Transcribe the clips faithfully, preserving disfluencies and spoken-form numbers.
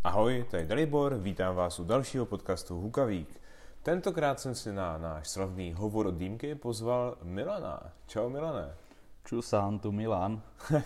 Ahoj, tady Dalibor, vítám vás u dalšího podcastu Hukavík. Tentokrát jsem si na náš slavný hovor od Dýmky pozval Milana. Čau Milane. Čusán, tu Milan.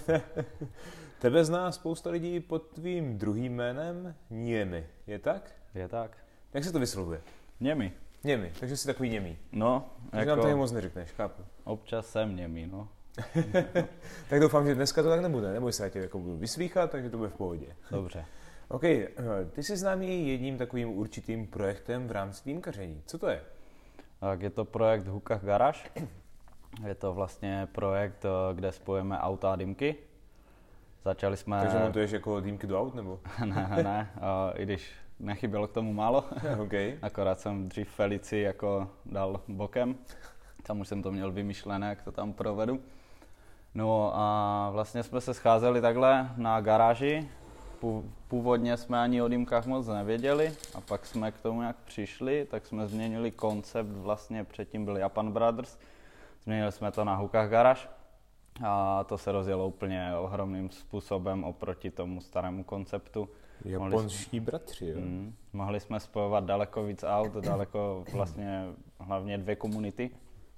Tebe zná spousta lidí pod tvým druhým jménem Němi, je tak? Je tak. Jak se to vyslovuje? Němi. Němi, takže jsi takový němý. No, takže jako... nám to moc neřekneš, chápu. Občas jsem němý, no. Tak doufám, že dneska to tak nebude, neboj se, já tě jako budu vyslýchat, takže to bude v pohodě. Dobře. OK, ty jsi známý jedním takovým určitým projektem v rámci dýmkaření. Co to je? Tak je to projekt Hukach Garage. Je to vlastně projekt, kde spojíme auta a dýmky. Začali jsme... Takže montuješ jako dýmky do aut, nebo? ne, ne, ne, i když nechybělo k tomu málo. Okay. Akorát jsem dřív Felici jako dal bokem. Tam už jsem to měl vymyšlené, jak to tam provedu. No a vlastně jsme se scházeli takhle na garáži. Původně jsme ani o dýmkách moc nevěděli a pak jsme k tomu nějak přišli, tak jsme změnili koncept, vlastně předtím byl Japan Brothers, změnili jsme to na Hukach Garage a to se rozjelo úplně ohromným způsobem oproti tomu starému konceptu. Japonští bratři, jo? Mm, mohli jsme spojovat daleko víc aut, daleko vlastně hlavně dvě komunity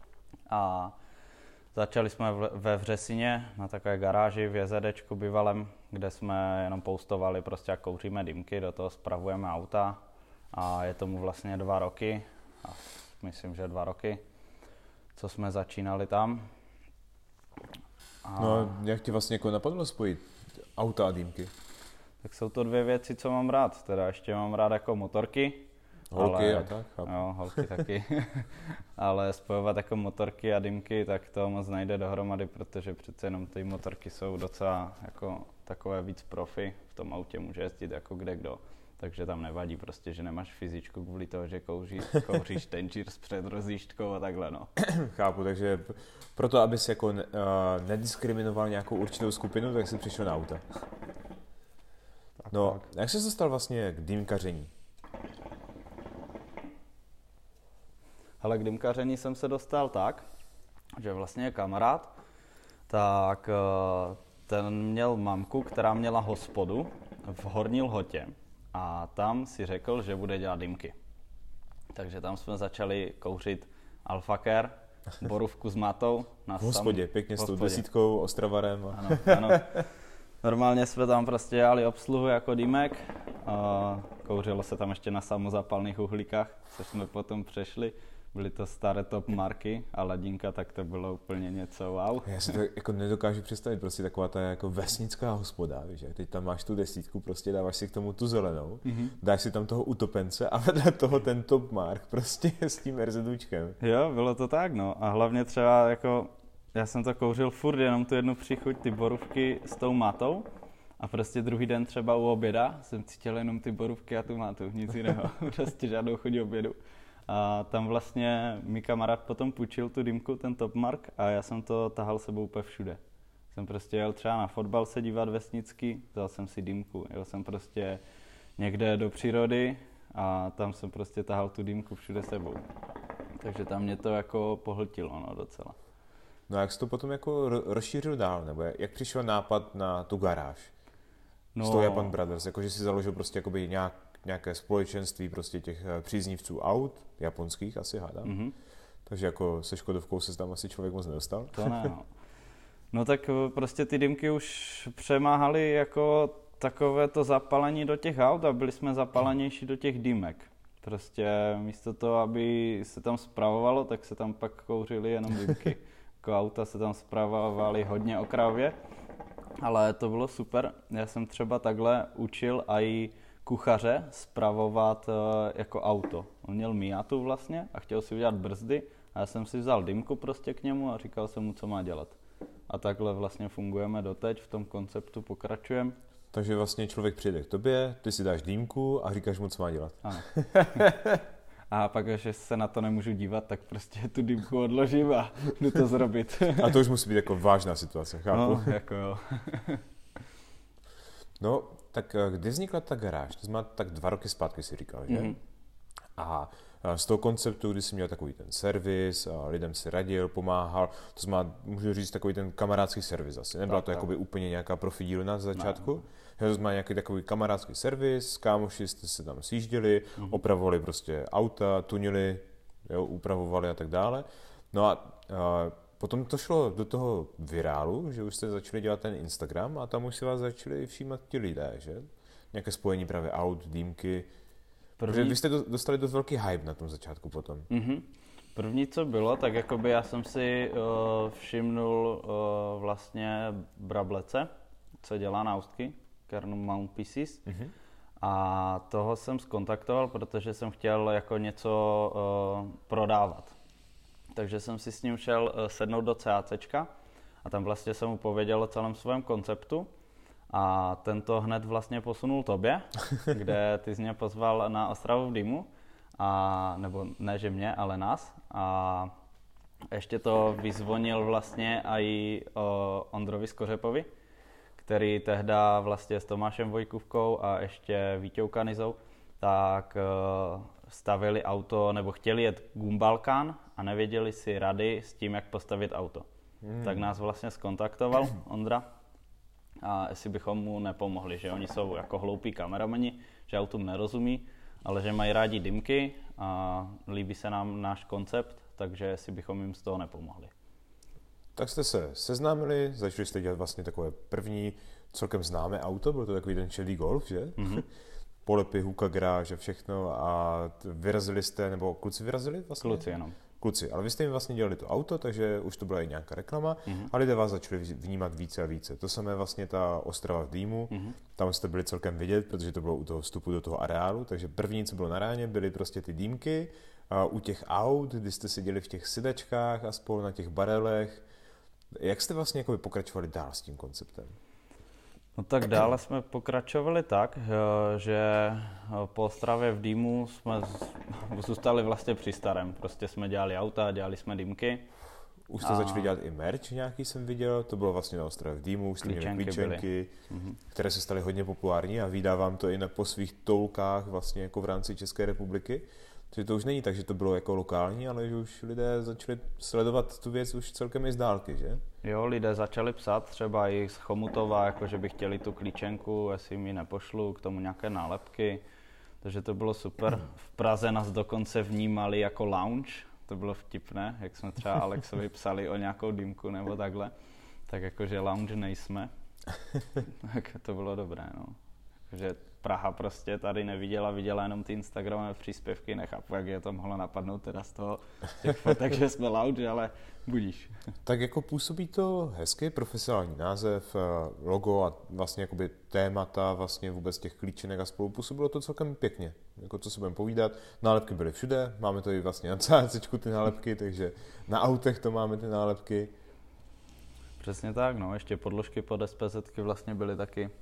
a začali jsme ve Vřesině na takové garáži v JZDčku bývalém, kde jsme jenom postovali prostě jak kouříme dýmky, do toho spravujeme auta a je tomu vlastně dva roky, a myslím, že dva roky, co jsme začínali tam. A... No jak ti vlastně jako napadlo spojit auta a dýmky? Tak jsou to dvě věci, co mám rád, teda ještě mám rád jako motorky. Holky ale, a tak, chápu. Jo, holky taky. Ale spojovat jako motorky a dýmky, tak to moc nejde dohromady, protože přece jenom ty motorky jsou docela jako takové víc profi. V tom autě může jezdit jako kde kdo. Takže tam nevadí prostě, že nemáš fyzičku kvůli toho, že kouří, kouříš tenčír s předrozíštkou a takhle, no. Chápu, takže proto, abys jako ne, uh, nediskriminoval nějakou určitou skupinu, tak jsi přišel na auta. Tak, no, tak. Jak jsi se dostal vlastně k dýmkaření? Ale k dýmkaření jsem se dostal tak, že vlastně kamarád, tak ten měl mamku, která měla hospodu v Horní Lhotě a tam si řekl, že bude dělat dýmky. Takže tam jsme začali kouřit Alfaker, borůvku s matou. Na v hospodě, sam... pěkně v s tou hospodě. desítkou, ostravarem. A... Ano, ano. Normálně jsme tam prostě dělali obsluhu jako dýmek. A kouřilo se tam ještě na samozapalných uhlíkách, což jsme potom přešli. Byly to staré top marky a ladinka, tak to bylo úplně něco wow. Já si to jako nedokážu představit, prostě taková ta jako vesnická hospoda, víš, jak teď tam máš tu desítku, prostě dáváš si k tomu tu zelenou, mm-hmm. dáš si tam toho utopence a vedle toho ten top mark prostě s tím RZUčkem. Jo, bylo to tak, no. A hlavně třeba jako, já jsem to kouřil furt jenom tu jednu příchuť, ty borůvky s tou matou. A prostě druhý den třeba u oběda jsem cítil jenom ty borůvky a tu matu, nic jiného, prostě žádnou chuť obědu. A tam vlastně mi kamarád potom půjčil tu dýmku, ten Top Mark, a já jsem to tahal sebou úplně všude. Jsem prostě jel třeba na fotbal se dívat vesnický, vzal jsem si dýmku, jel jsem prostě někde do přírody a tam jsem prostě tahal tu dýmku všude sebou. Takže tam mě to jako pohltilo, no, docela. No a jak jsi to potom jako rozšířil dál, nebo jak přišel nápad na tu garáž? No, s tou Japan Brothers, jakože si založil prostě jakoby nějak nějaké společenství prostě těch příznivců aut, japonských asi hádám. Mm-hmm. Takže jako se Škodovkou se tam asi člověk moc nedostal. To ne, no. No tak prostě ty dýmky už přemáhaly jako takové to zapalení do těch aut a byli jsme zapalenější do těch dýmek. Prostě místo toho, aby se tam spravovalo, tak se tam pak kouřily jenom dýmky. Jako auta se tam spravovaly hodně okrajově, ale to bylo super. Já jsem třeba takhle učil i kuchaře spravovat uh, jako auto. On měl Miatu vlastně a chtěl si udělat brzdy a já jsem si vzal dýmku prostě k němu a říkal jsem mu, co má dělat. A takhle vlastně fungujeme doteď, v tom konceptu pokračujeme. Takže vlastně člověk přijde k tobě, ty si dáš dýmku a říkáš mu, co má dělat. Ano. A pak, že se na to nemůžu dívat, tak prostě tu dýmku odložím a jdu to zrobit. A to už musí být jako vážná situace, chápu? No, jako jo. No, tak kdy vznikla ta garáž? To znamená tak dva roky zpátky si říkal, že? Mm-hmm. A z toho konceptu, kdy jsi měl takový ten servis a lidem si radil, pomáhal, to znamená, můžu říct, takový ten kamarádský servis asi, nebyla tak, to tak. jakoby úplně nějaká profi dílna z začátku? Ne. To znamená nějaký takový kamarádský servis, kámoši jste se tam sjížděli, mm-hmm. opravovali prostě auta, tunili, jo, upravovali a tak dále. No a, a potom to šlo do toho virálu, že už jste začali dělat ten Instagram a tam už si vás začali všímat ti lidé, že? Nějaké spojení právě aut, dýmky. První... Protože vy jste dostali dost velký hype na tom začátku potom. Mm-hmm. První, co bylo, tak jakoby já jsem si uh, všimnul uh, vlastně Brablece, co dělá na Austky, Kernel Mount Pieces. Mm-hmm. A toho jsem skontaktoval, protože jsem chtěl jako něco uh, prodávat. Takže jsem si s ním šel uh, sednout do CACčka a tam vlastně jsem mu pověděl o celém svém konceptu. A ten to hned vlastně posunul tobě, kde ty jsi mě pozval na Ostravu v Dýmu, a, nebo ne, že mě, ale nás. A ještě to vyzvonil vlastně i o Ondrovi Skořepovi, který tehda vlastně s Tomášem Vojkůvkou a ještě Vítěou Kanizou, tak uh, stavili auto, nebo chtěli jet Gumbalkán a nevěděli si rady s tím, jak postavit auto. Hmm. Tak nás vlastně skontaktoval Ondra a jestli bychom mu nepomohli, že oni jsou jako hloupí kameramani, že autům nerozumí, ale že mají rádi dymky a líbí se nám náš koncept, takže jestli bychom jim z toho nepomohli. Tak jste se seznámili, začali jste dělat vlastně takové první celkem známé auto, byl to takový ten šedý Golf, že? Mm-hmm. Polepy, hůka, garáž a všechno a vyrazili jste, nebo kluci vyrazili vlastně? Kluci jenom. Kluci, ale vy jste jim vlastně dělali to auto, takže už to byla i nějaká reklama mm-hmm. a lidé vás začali vnímat více a více. To samé vlastně ta Ostrava v Dýmu, mm-hmm. tam jste byli celkem vidět, protože to bylo u toho vstupu do toho areálu, takže první, co bylo na ráně, byly prostě ty dýmky a u těch aut, kdy jste seděli v těch sedačkách a spolu na těch barelech. Jak jste vlastně jakoby pokračovali dál s tím konceptem? No tak dále jsme pokračovali tak, že po Ostravě v Dýmu jsme zůstali vlastně při starém. Prostě jsme dělali auta, dělali jsme dýmky. Už jste a... začali dělat i merch nějaký, jsem viděl, to bylo vlastně na Ostravě v Dýmu, už jste měli klíčenky, mm-hmm. které se staly hodně populární a vydávám to i na, po svých toulkách vlastně jako v rámci České republiky. Takže to už není tak, že to bylo jako lokální, ale že už lidé začali sledovat tu věc už celkem i z dálky, že? Jo, lidé začali psát třeba i z Chomutova, jako že by chtěli tu klíčenku, jestli mi nepošlu k tomu nějaké nálepky. Takže to bylo super. V Praze nás dokonce vnímali jako lounge, to bylo vtipné, jak jsme třeba Alexovi psali o nějakou dýmku nebo takhle. Tak jakože lounge nejsme. Tak to bylo dobré, no. Že Praha prostě tady neviděla, viděla jenom ty Instagramové příspěvky, nechápu, jak je to mohlo napadnout teda z toho těch fotek, že jsme lounge, ale budíš. Tak jako působí to hezky, profesionální název, logo a vlastně jakoby témata vlastně vůbec těch klíčenek a spolu působilo to celkem pěkně. Jako co si budeme povídat, nálepky byly všude, máme to i vlastně na CACčku ty nálepky, takže na autech to máme ty nálepky. Přesně tak, no, ještě podložky pod SPZky vlastně byly taky.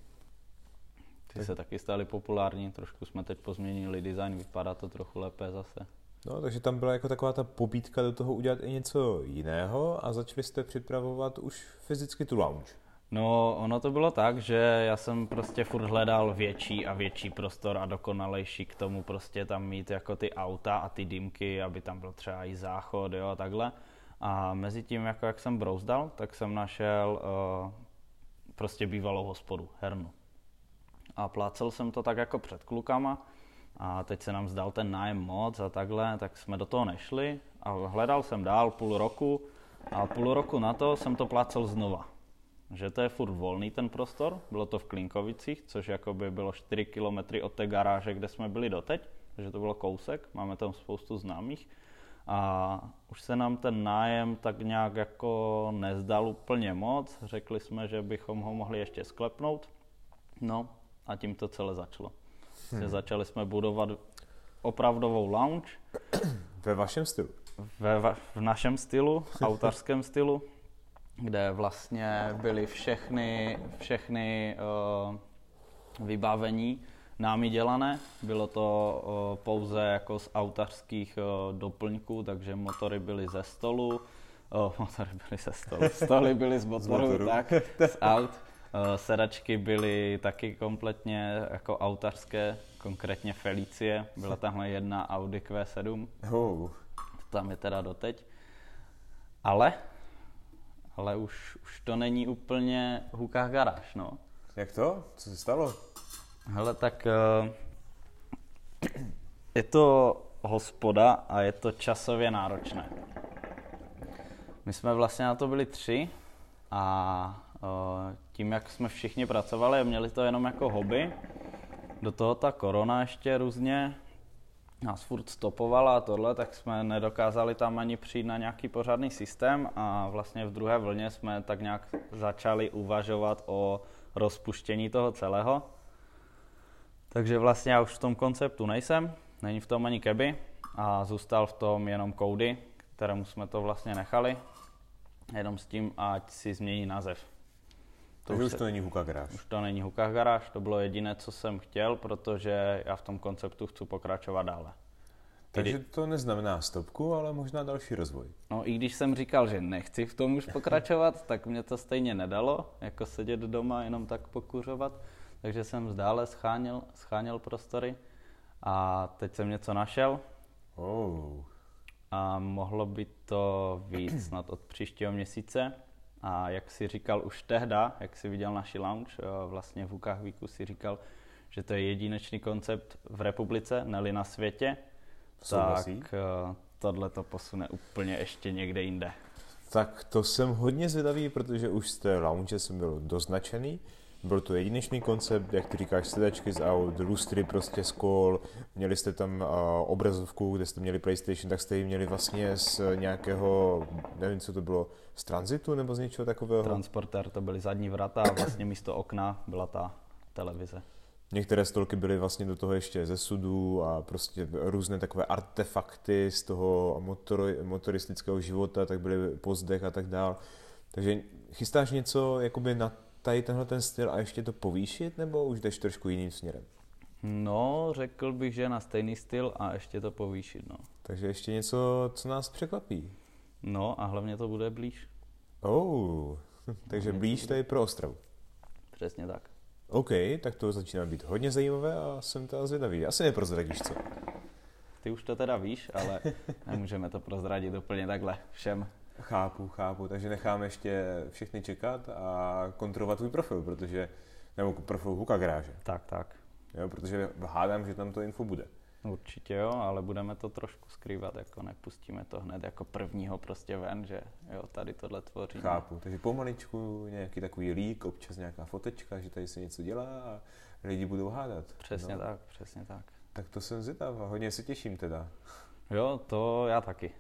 Ty se taky staly populární, trošku jsme teď pozměnili design, vypadá to trochu lépe zase. No, takže tam byla jako taková ta pobídka do toho udělat i něco jiného a začali jste připravovat už fyzicky tu lounge. No, ono to bylo tak, že já jsem prostě furt hledal větší a větší prostor a dokonalejší k tomu prostě tam mít jako ty auta a ty dýmky, aby tam byl třeba i záchod, jo, a takhle. A mezi tím, jako jak jsem brouzdal, tak jsem našel uh, prostě bývalou hospodu, hernu. A plácel jsem to tak jako před klukama a teď se nám zdal ten nájem moc a takhle, tak jsme do toho nešli a hledal jsem dál půl roku a půl roku na to jsem to plácel znova. Že to je furt volný ten prostor, bylo to v Klinkovicích, což jakoby bylo čtyři kilometry od té garáže, kde jsme byli doteď, takže to bylo kousek, máme tam spoustu známých a už se nám ten nájem tak nějak jako nezdal úplně moc, řekli jsme, že bychom ho mohli ještě sklepnout, no. A tím to celé začalo. Hmm. Začali jsme budovat opravdovou lounge. Ve vašem stylu? Ve, v našem stylu, autorském stylu, kde vlastně byly všechny, všechny uh, vybavení námi dělané. Bylo to uh, pouze jako z autorských uh, doplňků, takže motory byly ze stolu. Uh, motory byly ze stolu. Stoly byly z motoru, tak, z aut. Sedačky byly taky kompletně jako autorské, konkrétně Felicie. Byla tamhle jedna Audi Q sedm. Oh. Tam je teda doteď. Ale, ale už, už to není úplně Hukách garáž, no. Jak to? Co se stalo? Hele, tak je to hospoda a je to časově náročné. My jsme vlastně na to byli tři a tím, jak jsme všichni pracovali a měli to jenom jako hobby, do toho ta korona ještě různě nás furt stopovala a tohle, tak jsme nedokázali tam ani přijít na nějaký pořádný systém a vlastně v druhé vlně jsme tak nějak začali uvažovat o rozpuštění toho celého. Takže vlastně já už v tom konceptu nejsem, není v tom ani Keby a zůstal v tom jenom Cody, kterému jsme to vlastně nechali, jenom s tím, ať si změní název. To už, už to není Hukách garáž. Už to není Hukách garáž, to bylo jediné, co jsem chtěl, protože já v tom konceptu chci pokračovat dále. Takže to neznamená stopku, ale možná další rozvoj. No i když jsem říkal, že nechci v tom už pokračovat, tak mě to stejně nedalo, jako sedět doma, jenom tak pokuřovat. Takže jsem zdále scháněl, scháněl prostory a teď jsem něco našel. Oh. A mohlo by to víc snad od příštího měsíce. A jak si říkal už tehda, jak si viděl naši lounge, vlastně v Hukách Weeku si říkal, že to je jedinečný koncept v republice, ne-li na světě, Souhlasí. Tak tohle to posune úplně ještě někde jinde. Tak to jsem hodně zvědavý, protože už z té lounge jsem byl doznačený. Byl to jedinečný koncept, jak ty říkáš, sedačky z aut, lustry prostě z kol, měli jste tam uh, obrazovku, kde jste měli PlayStation, tak jste ji měli vlastně z nějakého, nevím, co to bylo, z tranzitu nebo z něčeho takového? Transporter, to byly zadní vrata a vlastně místo okna byla ta televize. Některé stolky byly vlastně do toho ještě ze sudu a prostě různé takové artefakty z toho motor, motoristického života, tak byly po zdech a tak dál. Takže chystáš něco jakoby na tady tenhle ten styl a ještě to povýšit, nebo už jdeš trošku jiným směrem? No, řekl bych, že na stejný styl a ještě to povýšit, no. Takže ještě něco, co nás překvapí. No a hlavně to bude blíž. Oh, takže blíž tady pro Ostravu. Přesně tak. OK, tak to začíná být hodně zajímavé a jsem teda zvědavý. Asi neprozradíš co. Ty už to teda víš, ale nemůžeme to prozradit úplně takhle všem. Chápu, chápu, takže necháme ještě všechny čekat a kontrolovat tvůj profil, protože, nebo profil Hukách garáže. Tak, tak. Jo, protože hádám, že tam to info bude. Určitě jo, ale budeme to trošku skrývat, jako nepustíme to hned jako prvního prostě ven, že jo, tady tohle tvoříme. Chápu, takže pomaličku nějaký takový lík, občas nějaká fotečka, že tady se něco dělá a lidi budou hádat. Přesně no. tak, přesně tak. Tak to jsem zvědav a hodně se těším teda. Jo, to já taky.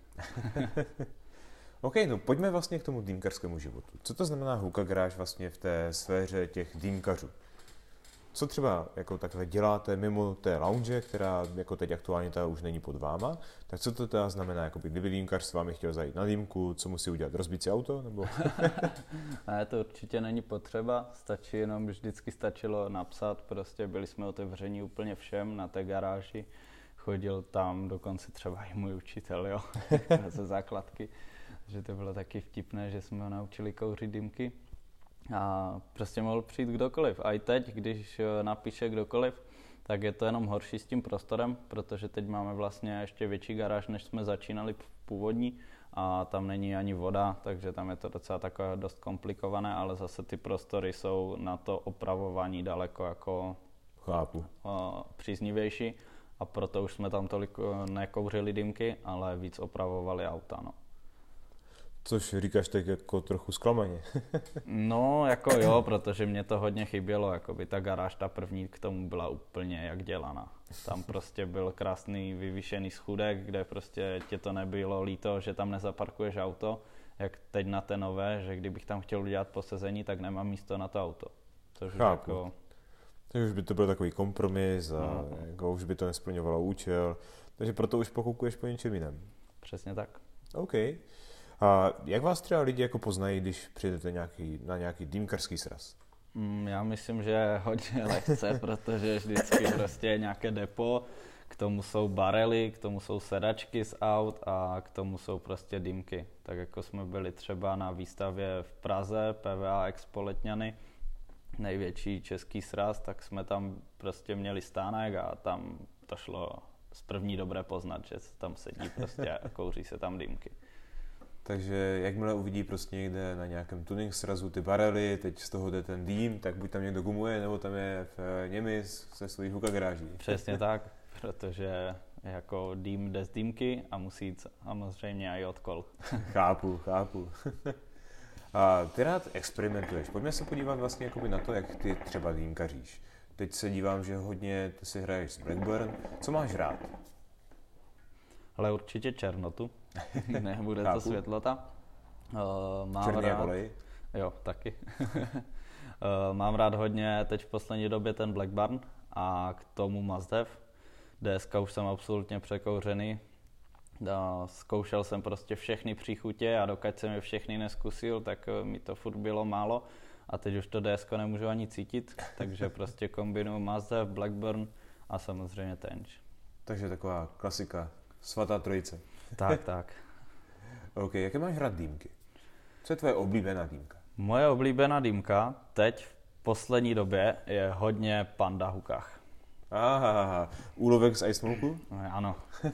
OK, no pojďme vlastně k tomu dýmkařskému životu. Co to znamená Hukách garáž vlastně v té sféře těch dýmkařů? Co třeba jako takhle děláte mimo té lounge, která jako teď aktuálně ta už není pod váma, tak co to teda znamená, jakoby, kdyby dýmkař s vámi chtěl zajít na dýmku, co musí udělat, rozbít si auto? Nebo? Ne, to určitě není potřeba, stačí jenom, vždycky stačilo napsat, prostě byli jsme otevření úplně všem na té garáži, chodil tam dokonce třeba i můj učitel, jo, ze základky, že to bylo taky vtipné, že jsme ho naučili kouřit dýmky. A prostě mohl přijít kdokoliv. A i teď, když napíše kdokoliv, tak je to jenom horší s tím prostorem, protože teď máme vlastně ještě větší garáž, než jsme začínali původní a tam není ani voda, takže tam je to docela takové dost komplikované, ale zase ty prostory jsou na to opravování daleko jako Chápu. O, příznivější a proto už jsme tam tolik nekouřili dýmky, ale víc opravovali auta, no. Což říkáš tak jako trochu zklamaně. No, jako jo, protože mě to hodně chybělo, jakoby ta garáž, ta první k tomu byla úplně jak dělaná. Tam prostě byl krásný vyvýšený schůdek, kde prostě tě to nebylo líto, že tam nezaparkuješ auto, jak teď na té nové, že kdybych tam chtěl udělat posezení, tak nemám místo na to auto. Což už jako... Takže už by to byl takový kompromis a no. Jako už by to nesplňovalo účel, takže proto už pokoukuješ po něčem jiném. Přesně tak. OK. A jak vás třeba lidi jako poznají, když přijdete nějaký, na nějaký dýmkařský sraz? Mm, já myslím, že hodně lehce, protože vždycky prostě nějaké depo, k tomu jsou barely, k tomu jsou sedačky z aut a k tomu jsou prostě dýmky. Tak jako jsme byli třeba na výstavě v Praze, P V A Expo Letňany, největší český sraz, tak jsme tam prostě měli stánek a tam to šlo z první dobré poznat, že se tam sedí prostě a kouří se tam dýmky. Takže jakmile uvidí prostě někde na nějakém tuning srazu ty barely, teď z toho jde ten dým, tak buď tam někdo gumuje, nebo tam je v Němis se svojí Huka garáží. Přesně tak, protože jako dým jde z dýmky a musí jít samozřejmě i od kol. Chápu, chápu. A ty rád experimentuješ. Pojďme se podívat vlastně jakoby na to, jak ty třeba dýmkaříš. Teď se dívám, že hodně ty si hraješ s Blackburn. Co máš rád? Ale určitě černotu, nebude to světlota. Uh, mám Černý rád... olej? Jo, taky. uh, mám rád hodně teď v poslední době ten Blackburn a k tomu Mazdev. D S K už jsem absolutně překouřený. Zkoušel jsem prostě všechny příchutě a dokud jsem je všechny neskusil, tak mi to furt bylo málo a teď už to D S K nemůžu ani cítit, takže prostě kombinuju Mazdev, Blackburn a samozřejmě Tench. Takže taková klasika, svatá trojice. Tak, tak. OK, jaké máš rád dýmky? Co je tvoje oblíbená dýmka? Moje oblíbená dýmka teď v poslední době je hodně Panda Hukách. Aha, úlovek z Ice Smoke? Ano.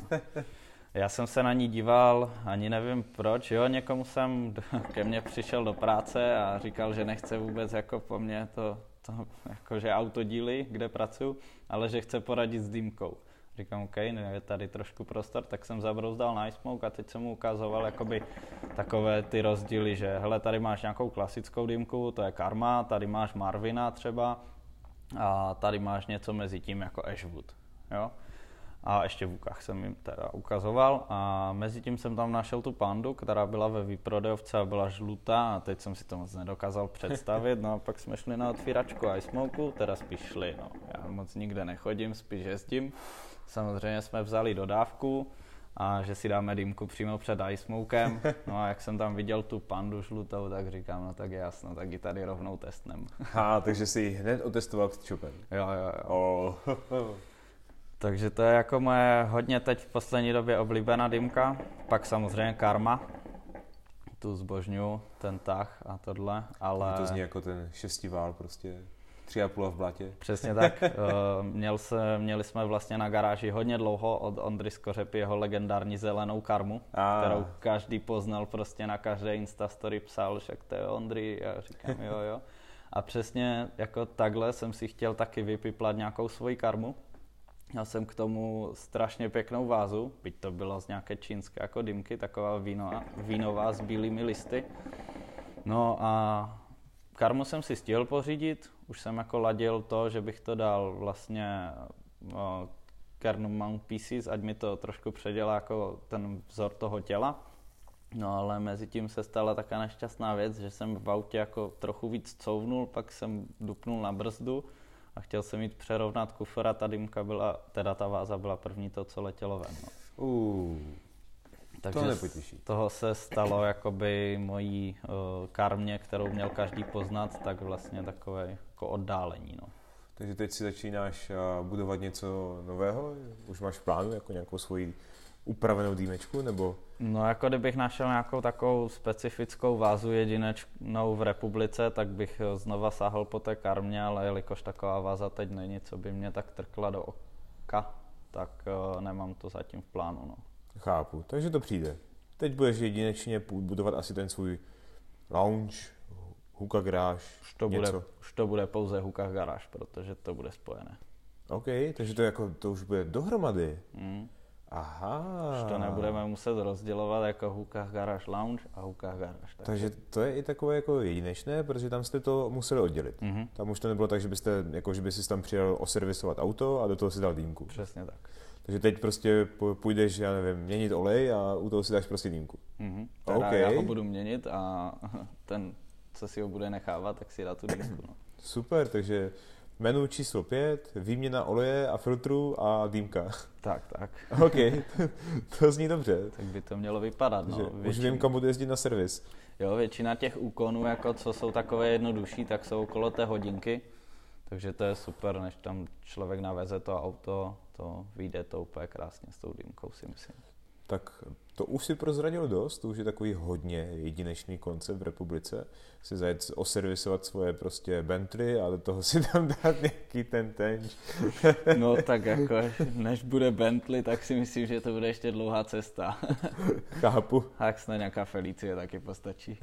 Já jsem se na ní díval, ani nevím proč, jo, někomu jsem ke mně přišel do práce a říkal, že nechce vůbec jako po mně to, to jakože autodíly, kde pracuji, ale že chce poradit s dýmkou. Říkám, OK, je tady trošku prostor, tak jsem zabrouzdal na Ice Smoke a teď jsem mu ukazoval jakoby takové ty rozdíly, že hele, tady máš nějakou klasickou dýmku, to je Karma, tady máš Marvina třeba a tady máš něco mezi tím jako Ashwood, jo. A ještě v Hukách jsem jim teda ukazoval a mezi tím jsem tam našel tu Pandu, která byla ve výprodejovce a byla žlutá a teď jsem si to moc nedokázal představit, no a pak jsme šli na otvíračku Ice Smoke, teda spíš šli, no. Já moc nikde nechodím, spíš jezdím. Samozřejmě jsme vzali dodávku a že si dáme dýmku přímo před Ice Smokem. No a jak jsem tam viděl tu Pandu žlutou, tak říkám, no tak jasno, tak ji tady rovnou testnem. Ha, takže si ji hned otestoval před shopem. Jo, jo, jo. Oh. Takže to je jako moje hodně teď v poslední době oblíbená dýmka. Pak samozřejmě Karma. Tu zbožňuju, ten tah a tohle, ale... To zní jako ten šestivál prostě. Tři a půl v blatě. Přesně tak. Měl se, měli jsme vlastně na garáži hodně dlouho od Ondry Skořepy jeho legendární zelenou Karmu, ah. kterou každý poznal, prostě na každé Instastory psal, že to je Ondry a říkám jo jo. A přesně jako takhle jsem si chtěl taky vypiplat nějakou svoji Karmu. Měl jsem k tomu strašně pěknou vázu, byť to bylo z nějaké čínské jako dýmky, taková vínová, vínová s bílými listy. No a Karmu jsem si stihl pořídit, už jsem jako ladil to, že bych to dal vlastně o, Kernel Mount Pieces, ať mi to trošku předělá jako ten vzor toho těla. No ale mezi tím se stala taková nešťastná věc, že jsem v autě jako trochu víc couvnul, pak jsem dupnul na brzdu a chtěl jsem jít přerovnat kufr a ta dýmka byla, teda ta váza byla první to, co letělo ven. No. Uh, Takže to nepotěší. Z toho se stalo jakoby mojí uh, karmě, kterou měl každý poznat, tak vlastně takové jako oddálení. No. Takže teď si začínáš uh, budovat něco nového? Už máš v plánu jako nějakou svoji upravenou dýmečku, nebo? No jako kdybych našel nějakou takovou specifickou vázu jedinečnou v republice, tak bych znova sáhl po té karmě, ale jelikož taková váza teď není, co by mě tak trkla do oka, tak uh, nemám to zatím v plánu. No. Chápu, takže to přijde. Teď budeš jedinečně budovat asi ten svůj lounge, Huka garáž, už to něco. Bude, už to bude pouze Huka garáž, protože to bude spojené. OK, takže to, jako, to už bude dohromady. Mm. Aha. Už to nebudeme muset rozdělovat jako Hukách Garage Lounge a Hukách Garage. Tak. Takže to je i takové jako jedinečné, protože tam jste to museli oddělit. Mm-hmm. Tam už to nebylo tak, že byste, jako, že by si tam přijel oservisovat auto a do toho si dal dýmku. Přesně tak. Takže teď prostě půjdeš, já nevím, měnit olej a u toho si dáš prostě dýmku. Mm-hmm. Teda okay. Já ho budu měnit a ten, co si ho bude nechávat, tak si dá tu dýmku. No. Super, takže menu číslo pět, výměna oleje a filtru a dýmka. Tak, tak. OK, to zní dobře. Tak by to mělo vypadat. No. Většin... Už vím, kam budu jezdit na servis. Jo, většina těch úkonů, jako co jsou takové jednodušší, tak jsou okolo té hodinky. Takže to je super, než tam člověk naveze to auto, to vyjde to úplně krásně s tou dýmkou, si myslím. Tak to už si prozradil dost, to už je takový hodně jedinečný koncept v republice. Si zajet oservisovat svoje prostě Bentley a do toho si tam dát nějaký ten tenč. No tak jako, než bude Bentley, tak si myslím, že to bude ještě dlouhá cesta. Chápu. A jak snad nějaká Felicie taky postačí.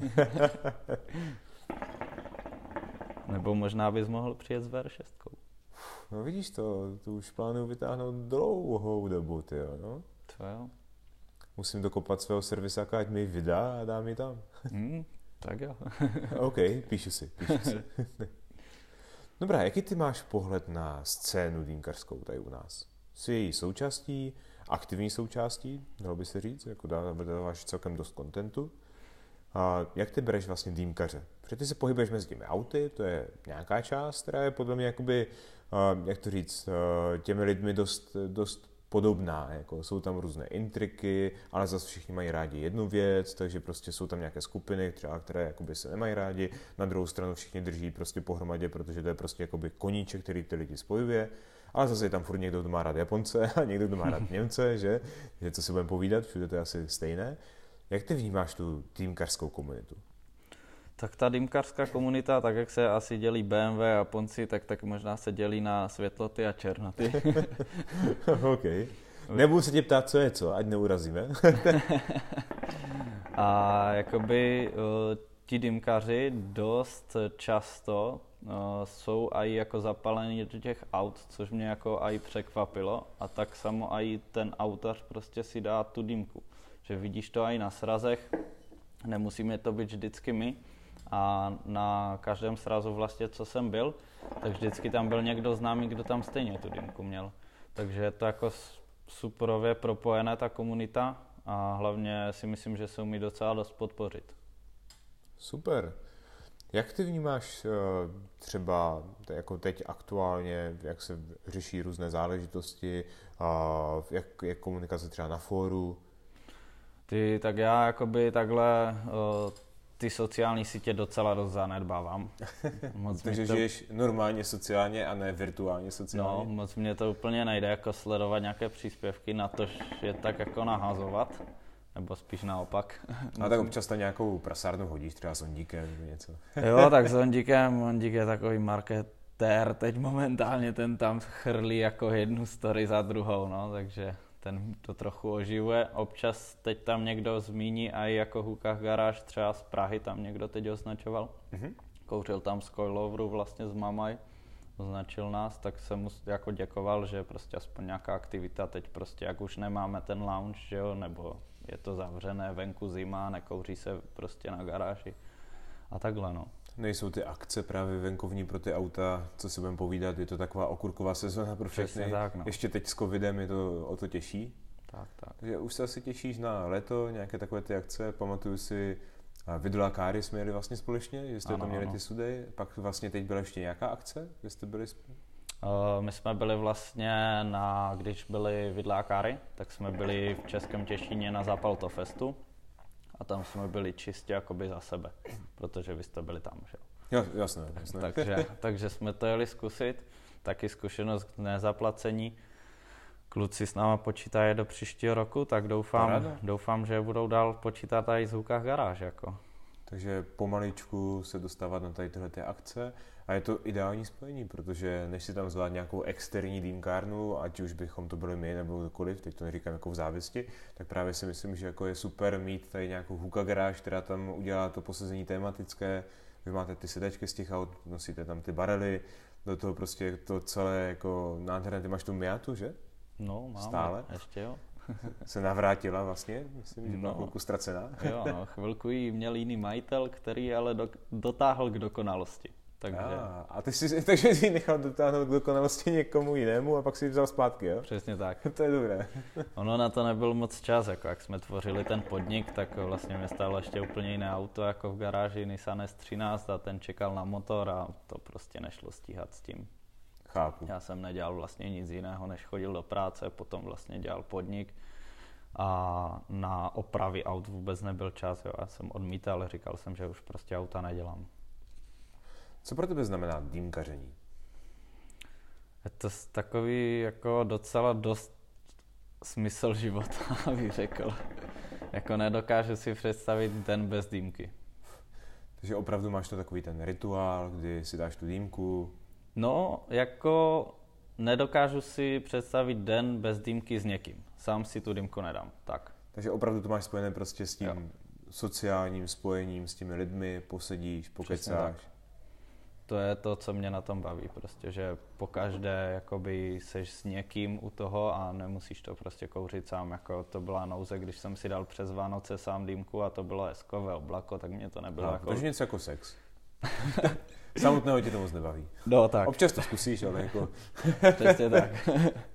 Nebo možná bys mohl přijet s V R šest. No vidíš to, to už plánuju vytáhnout dlouhou dobu, tyjo, no. To jo. Musím dokopat svého servisáka, ať mi ji vydá a dá mi tam. Hmm, tak jo. OK, píšu si, píšu si. Dobrá, jaký ty máš pohled na scénu dýmkařskou tady u nás? Jsi její součástí, aktivní součástí, dalo by se říct, jako dáváš celkem dost kontentu. A jak ty bereš vlastně dýmkaře? Protože ty se pohybuješ mezi těmi auty, to je nějaká část, která je podle mě jakoby, jak to říct, těmi lidmi dost, dost podobná, jako jsou tam různé intriky, ale zase všichni mají rádi jednu věc, takže prostě jsou tam nějaké skupiny, třeba, které jakoby se nemají rádi, na druhou stranu všichni drží prostě pohromadě, protože to je prostě jakoby koníček, který ty lidi spojuje, ale zase je tam furt někdo, kdo má rád Japonce a někdo, kdo má rád Němce, že? Že co si budeme povídat, všude to je asi stejné. Jak ty vnímáš tu dýmkařskou komunitu? Tak ta dýmkařská komunita, tak jak se asi dělí B M W a Japonci, tak, tak možná se dělí na světloty a černoty. OK. Nebudu se tě ptát, co je co, ať neurazíme. A jakoby ti dýmkaři dost často jsou aj jako zapalení do těch aut, což mě jako aj překvapilo. A tak samo aj ten autař prostě si dá tu dýmku. Že vidíš to aj na srazech, nemusíme to být vždycky my. A na každém srazu vlastně, co jsem byl, tak vždycky tam byl někdo známý, kdo tam stejně tu dýmku měl. Takže je to jako superově propojená ta komunita a hlavně si myslím, že se umí docela dost podpořit. Super. Jak ty vnímáš třeba jako teď aktuálně, jak se řeší různé záležitosti, jak je komunikace třeba na fóru? Ty, tak já jakoby takhle ty sociální sítě docela dost zanedbávám. Moc Takže to... žiješ normálně sociálně a ne virtuálně sociálně? No, moc mě to úplně nejde jako sledovat nějaké příspěvky, na to je tak jako nahazovat, nebo spíš naopak. A tak občas tam nějakou prasárnu hodíš, třeba s Ondíkem nebo něco. Jo, tak s Ondíkem, Ondík je takový marketér, teď momentálně ten tam chrlí jako jednu story za druhou, no, takže ten to trochu oživuje. Občas teď tam někdo zmíní a i jako Hukách garáž třeba z Prahy, tam někdo teď označoval. Mm-hmm. Kouřil tam z Coiloveru vlastně z Mamaj, označil nás, tak jsem mu jako děkoval, že prostě aspoň nějaká aktivita teď prostě, jak už nemáme ten lounge, že jo, nebo je to zavřené, venku zima, nekouří se prostě na garáži a takhle, no. Nejsou ty akce právě venkovní pro ty auta, co si budeme povídat, je to taková okurková sezona pro všechny. Tak, no. Ještě teď s covidem je to o to těžší. Tak, tak. Takže už se asi těšíš na léto, nějaké takové ty akce. Pamatuju si, Vidula Káry jsme jeli vlastně společně, že jste ano, tam měli ano. ty sudej. Pak vlastně teď byla ještě nějaká akce, kde jste byli spolu? Uh, my jsme byli vlastně, na, když byly Vidlákáry, tak jsme byli v Českém Těšíně na Zapalto Festu. A tam jsme byli čistě jakoby za sebe, protože vy jste byli tam, že jo? Jasné, jasné. takže, takže jsme to jeli zkusit, taky zkušenost k nezaplacení. Kluci s náma počítají do příštího roku, tak doufám, doufám, že budou dál počítat i z Hukách garáž. Jako. Takže pomaličku se dostávat na tady tyhle ty akce a je to ideální spojení, protože než si tam zvát nějakou externí dýmkárnu, ať už bychom to byli my nebo kdokoliv, teď to neříkám jako v závisti, tak právě si myslím, že jako je super mít tady nějakou Huka garáž, která tam udělá to posazení tematické, vy máte ty sedačky z těch aut, nosíte tam ty barely, do toho prostě to celé jako nádherné, ty máš tu Miatu, že? No, mám, stále. Ještě jo. Se navrátila vlastně, myslím, že byla no, chvilku ztracená. Jo, no, chvilku jí měl jiný majitel, který ale do, dotáhl k dokonalosti. Takže... A, a ty jsi, takže jsi nechal dotáhnout k dokonalosti někomu jinému a pak si ji vzal zpátky, jo? Přesně tak. To je dobré. Ono na to nebyl moc čas, jako jak jsme tvořili ten podnik, tak vlastně mě stálo ještě úplně jiné auto jako v garáži Nissan S třináct a ten čekal na motor a to prostě nešlo stíhat s tím. Chápu. Já jsem nedělal vlastně nic jiného, než chodil do práce, potom vlastně dělal podnik a na opravy aut vůbec nebyl čas. Jo. Já jsem odmítal, říkal jsem, že už prostě auta nedělám. Co pro tebe znamená dýmkaření? Je to takový jako docela dost smysl života, bych řekl. Jako nedokážu si představit den bez dýmky. Takže opravdu máš to takový ten rituál, kdy si dáš tu dýmku? No, jako nedokážu si představit den bez dýmky s někým. Sám si tu dýmku nedám, tak. Takže opravdu to máš spojené prostě s tím jo. sociálním spojením, s těmi lidmi, posedíš, pokecáš. To je to, co mě na tom baví, prostě, že pokaždé jakoby seš s někým u toho a nemusíš to prostě kouřit sám, jako to byla nouze, když jsem si dal přes Vánoce sám dýmku a to bylo eskové oblako, tak mě to nebylo no, jako... Takže něco jako sex. Samotného tě to moc nebaví. No tak. Občas to zkusíš, ale jako... Přesně tak.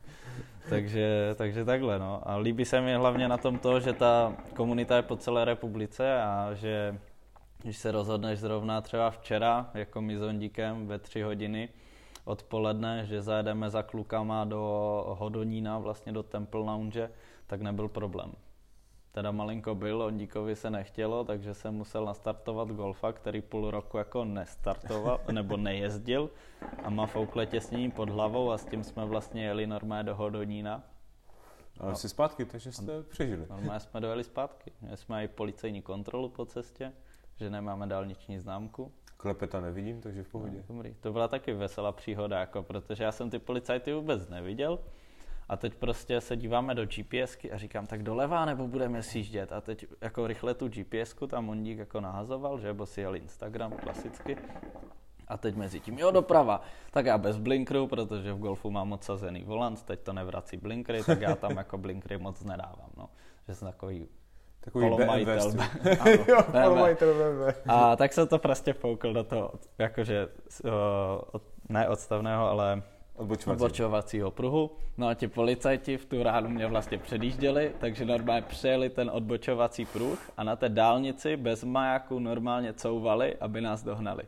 takže, takže takhle, no. A líbí se mi hlavně na tom to, že ta komunita je po celé republice a že když se rozhodneš zrovna třeba včera, jako my s Ondíkem ve tři hodiny odpoledne, že zajedeme za klukama do Hodonína, vlastně do Temple Lounge, tak nebyl problém. Teda malinko byl, Ondíkovi se nechtělo, takže jsem musel nastartovat golfa, který půl roku jako nestartoval, nebo nejezdil a má foukle těsnění pod hlavou a s tím jsme vlastně jeli normálně do Hodonína. Ale jsi zpátky, takže jste přežili. Normálně jsme dojeli zpátky. Měli jsme i policejní kontrolu po cestě, že nemáme dálniční známku. Klepeta nevidím, takže v pohodě. No, dobrý. To byla taky veselá příhoda, jako, protože já jsem ty policajty vůbec neviděl. A teď prostě se díváme do GPSky a říkám, tak doleva nebo budeme sjíždět. A teď jako rychle tu GPSku tam Ondík jako nahazoval, že, bo si jel Instagram klasicky. A teď mezi tím, jo, doprava. Tak já bez blinkru, protože v golfu mám odsazený volant, teď to nevrací blinkry, tak já tam jako blinkry moc nedávám, no. Že jsem takový Takový polomajitel. Jo, polomajitel bé em vé. A tak jsem to prostě foukl do toho, jakože, uh, ne odstavného, ale Odbočovací. odbočovacího pruhu. No a ti policajti v tu ránu mě vlastně předjížděli, takže normálně přejeli ten odbočovací pruh a na té dálnici bez majáku normálně couvali, aby nás dohnali.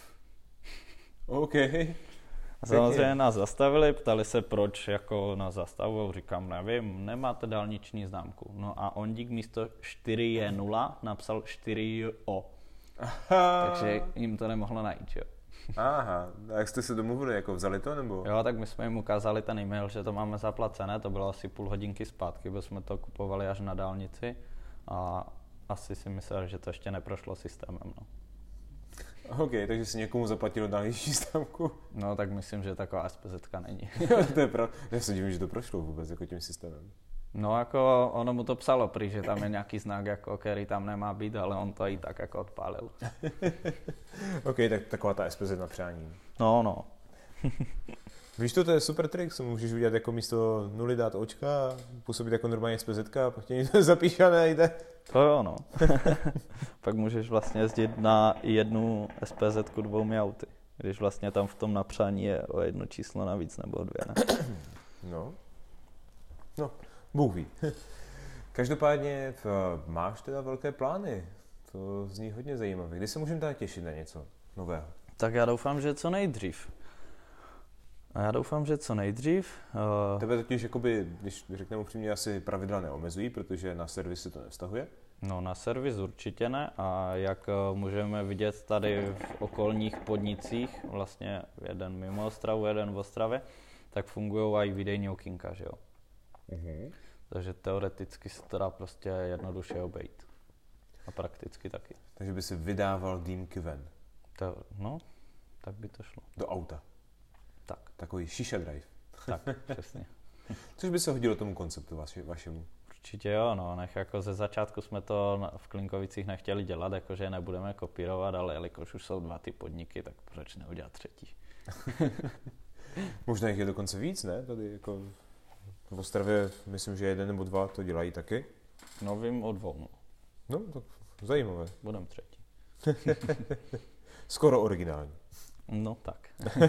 OK. A samozřejmě nás zastavili, ptali se, proč jako nás zastavují, říkám, nevím, nemáte dálniční známku. No a Ondík místo čtyři je nula napsal čtyři o. Aha. Takže jim to nemohlo najít, jo. Aha, a jak jste se domluvili, jako vzali to, nebo? Jo, tak my jsme jim ukázali ten e-mail, že to máme zaplacené, to bylo asi půl hodinky zpátky, bo jsme to kupovali až na dálnici a asi si mysleli, že to ještě neprošlo systémem, no. OK, takže si někomu zaplatil dálniční známku? No, tak myslím, že taková SPZka není. To je pravda. Já se divím, že to prošlo vůbec jako tím systémem. No, jako ono mu to psalo prý, že tam je nějaký znak, jako, který tam nemá být, ale on to i tak jako odpálil. OK, tak taková ta es pé zet na přání. No, no. Víš to, to je super trik, co můžeš udělat jako místo nuly dát očka, působit jako normální SPZka a pak tě někdo zapíše a nejde. To jo, no. Pak můžeš vlastně jezdit na jednu SPZku dvoumi auty, když vlastně tam v tom napřání je o jedno číslo navíc nebo o dvě, ne? No. No, Bůh ví. Každopádně máš teda velké plány. To zní hodně zajímavé. Kdy se můžeme teda těšit na něco nového? Tak já doufám, že co nejdřív. A já doufám, že co nejdřív. Uh... Tebe totiž, jakoby, když řekneme upřímně, asi pravidla neomezují, protože na servis se to nevztahuje? No na servis určitě ne a jak můžeme vidět tady v okolních podnicích, vlastně jeden mimo Ostravu, jeden v Ostravě, tak fungují i výdejní okýnka, že jo. Uh-huh. Takže teoreticky se to dá prostě jednoduše obejít. A prakticky taky. Takže by si vydával dýmky ven? To, no, tak by to šlo. Do auta? Tak. Takový shisha drive? Tak, přesně. Což by se hodilo tomu konceptu vaši, vašemu? Určitě jo, no, nech jako ze začátku jsme to v Klinkovicích nechtěli dělat, jakože nebudeme kopírovat, ale jelikož už jsou dva ty podniky, tak proč neudělat třetí? Možná jich je dokonce víc, ne? Tady jako v Ostravě, myslím, že jeden nebo dva to dělají taky. No vím o dvou, no. No, tak zajímavé. Budem třetí. Skoro originální. No tak.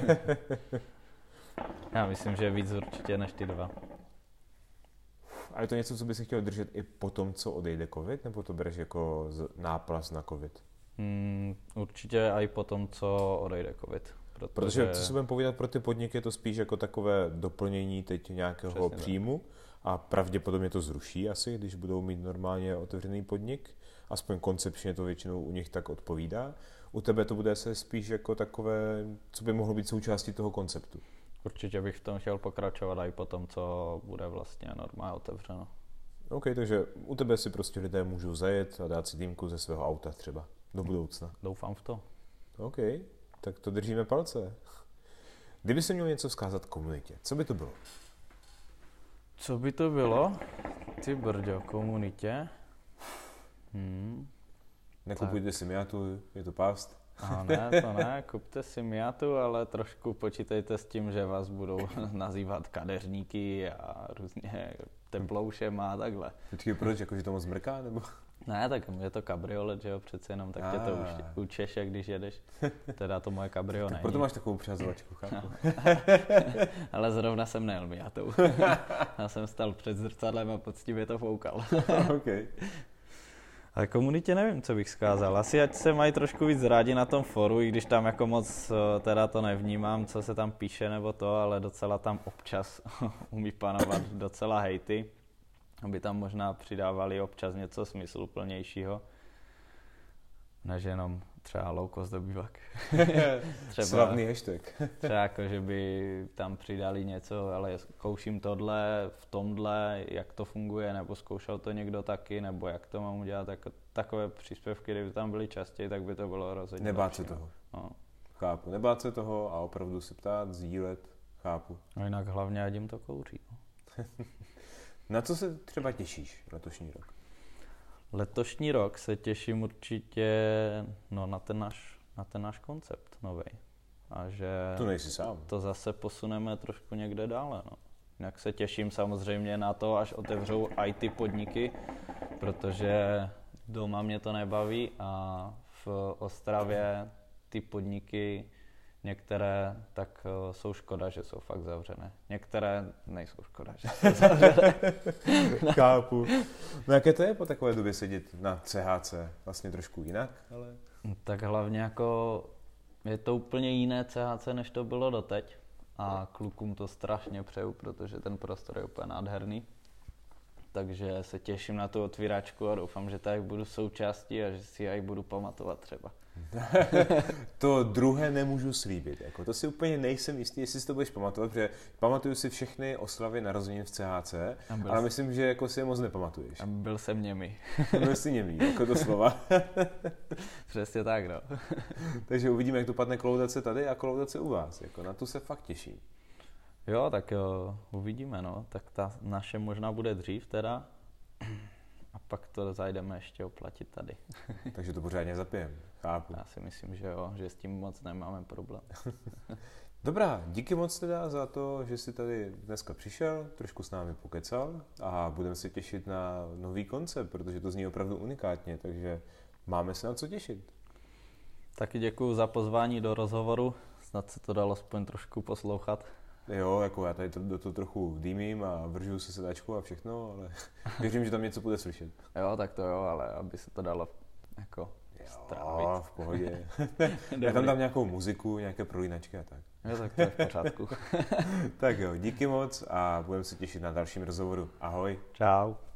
Já myslím, že víc určitě než ty dva. A je to něco, co by si chtěl držet i po tom, co odejde covid, nebo to bereš jako náplast na covid? Hmm, určitě i po tom, co odejde covid. Protože, protože co si budeme povídat, pro ty podniky je to spíš jako takové doplnění teď nějakého Přesně příjmu tak. A pravděpodobně to zruší asi, když budou mít normálně otevřený podnik. Aspoň koncepčně to většinou u nich tak odpovídá. U tebe to bude se spíš jako takové, co by mohlo být součástí toho konceptu. určitě bych v tom chtěl pokračovat i po tom, co bude vlastně normálně otevřeno. OK, takže u tebe si prostě lidé můžou zajet a dát si dýmku ze svého auta třeba do budoucna. Doufám v to. OK, tak to držíme palce. Kdyby se měl něco vzkázat komunitě, co by to bylo? Co by to bylo? Ty brďo, komunitě. Hmm. Nekupujte si Miatu, je to past. Aha, ne, to ne, kupte si Miatu, ale trošku počítejte s tím, že vás budou nazývat kadeřníky a různě teploušem a takhle. Počkej, proč? Jakože to moc mrká, nebo? Ne, tak je to kabriolet, že jo, přece jenom, tak tě to učeše, když jedeš. Teda to moje kabrio není. Proto máš takovou přehazovačku, chápu. Ale zrovna jsem nejel Miatou. Já jsem stal před zrcadlem a poctivě to foukal. Okay. Ale komunitě nevím, co bych zkázal. Asi ať se mají trošku víc rádi na tom foru, i když tam jako moc teda to nevnímám, co se tam píše nebo to, ale docela tam občas umí panovat docela hejty. Aby tam možná přidávali občas něco smysluplnějšího, než jenom třeba low cost dobývak. Třeba, slavný hashtag. Třeba jako, že by tam přidali něco, ale zkouším tohle, v tomhle, jak to funguje, nebo zkoušel to někdo taky, nebo jak to mám udělat, tak, takové příspěvky, kdyby tam byly častěji, tak by to bylo rozhodně Nebát lepší. se toho. No. Chápu. Nebát se toho a opravdu se ptát, sdílet, chápu. No jinak hlavně, ať jim to kouří. No. Na co se třeba těšíš letošní rok? Letošní rok se těším určitě no, na, ten náš, na ten náš koncept novej. A že to nejsi sám. To zase posuneme trošku někde dále. No. Jinak se těším samozřejmě na to, až otevřou í té podniky, protože doma mě to nebaví a v Ostravě ty podniky některé tak uh, jsou škoda, že jsou fakt zavřené. Některé nejsou škoda, že jsou zavřené. Chápu. No jaké to je po takové době sedět na C H C? Vlastně trošku jinak, ale... Tak hlavně jako je to úplně jiné C H C, než to bylo doteď. A klukům to strašně přeju, protože ten prostor je úplně nádherný. Takže se těším na tu otvíračku a doufám, že tak budu součástí a že si ji budu pamatovat třeba. To druhé nemůžu slíbit. Jako, to si úplně nejsem jistý, jestli si to budeš pamatovat, protože pamatuju si všechny oslavy narozenin v C H C, ale jsi... myslím, že jako si je moc nepamatuješ. A byl jsem němý. Byl jsi němý, jako doslova. Přesně tak, no. Takže uvidíme, jak dopadne kolaudace tady a kolaudace u vás. Jako, na tu se fakt těším. Jo, tak jo, uvidíme, no. Tak ta naše možná bude dřív teda. A pak to zajdeme ještě oplatit tady. Takže to pořádně zapijem. Chápu. Já si myslím, že jo, že s tím moc nemáme problém. Dobrá, díky moc teda za to, že jsi tady dneska přišel, trošku s námi pokecal a budeme se těšit na nový koncept, protože to zní opravdu unikátně, takže máme se na co těšit. Taky děkuju za pozvání do rozhovoru, snad se to dalo aspoň trošku poslouchat. Jo, jako já tady to, do toho trochu dýmím a vržu se sedačku a všechno, ale věřím, že tam něco bude slyšet. Jo, tak to jo, ale aby se to dalo jako strávit. Jo, v pohodě. Já tam dám nějakou muziku, nějaké prolínačky a tak. Jo, tak to je v pořádku. Tak jo, díky moc a budeme se těšit na dalším rozhovoru. Ahoj. Čau.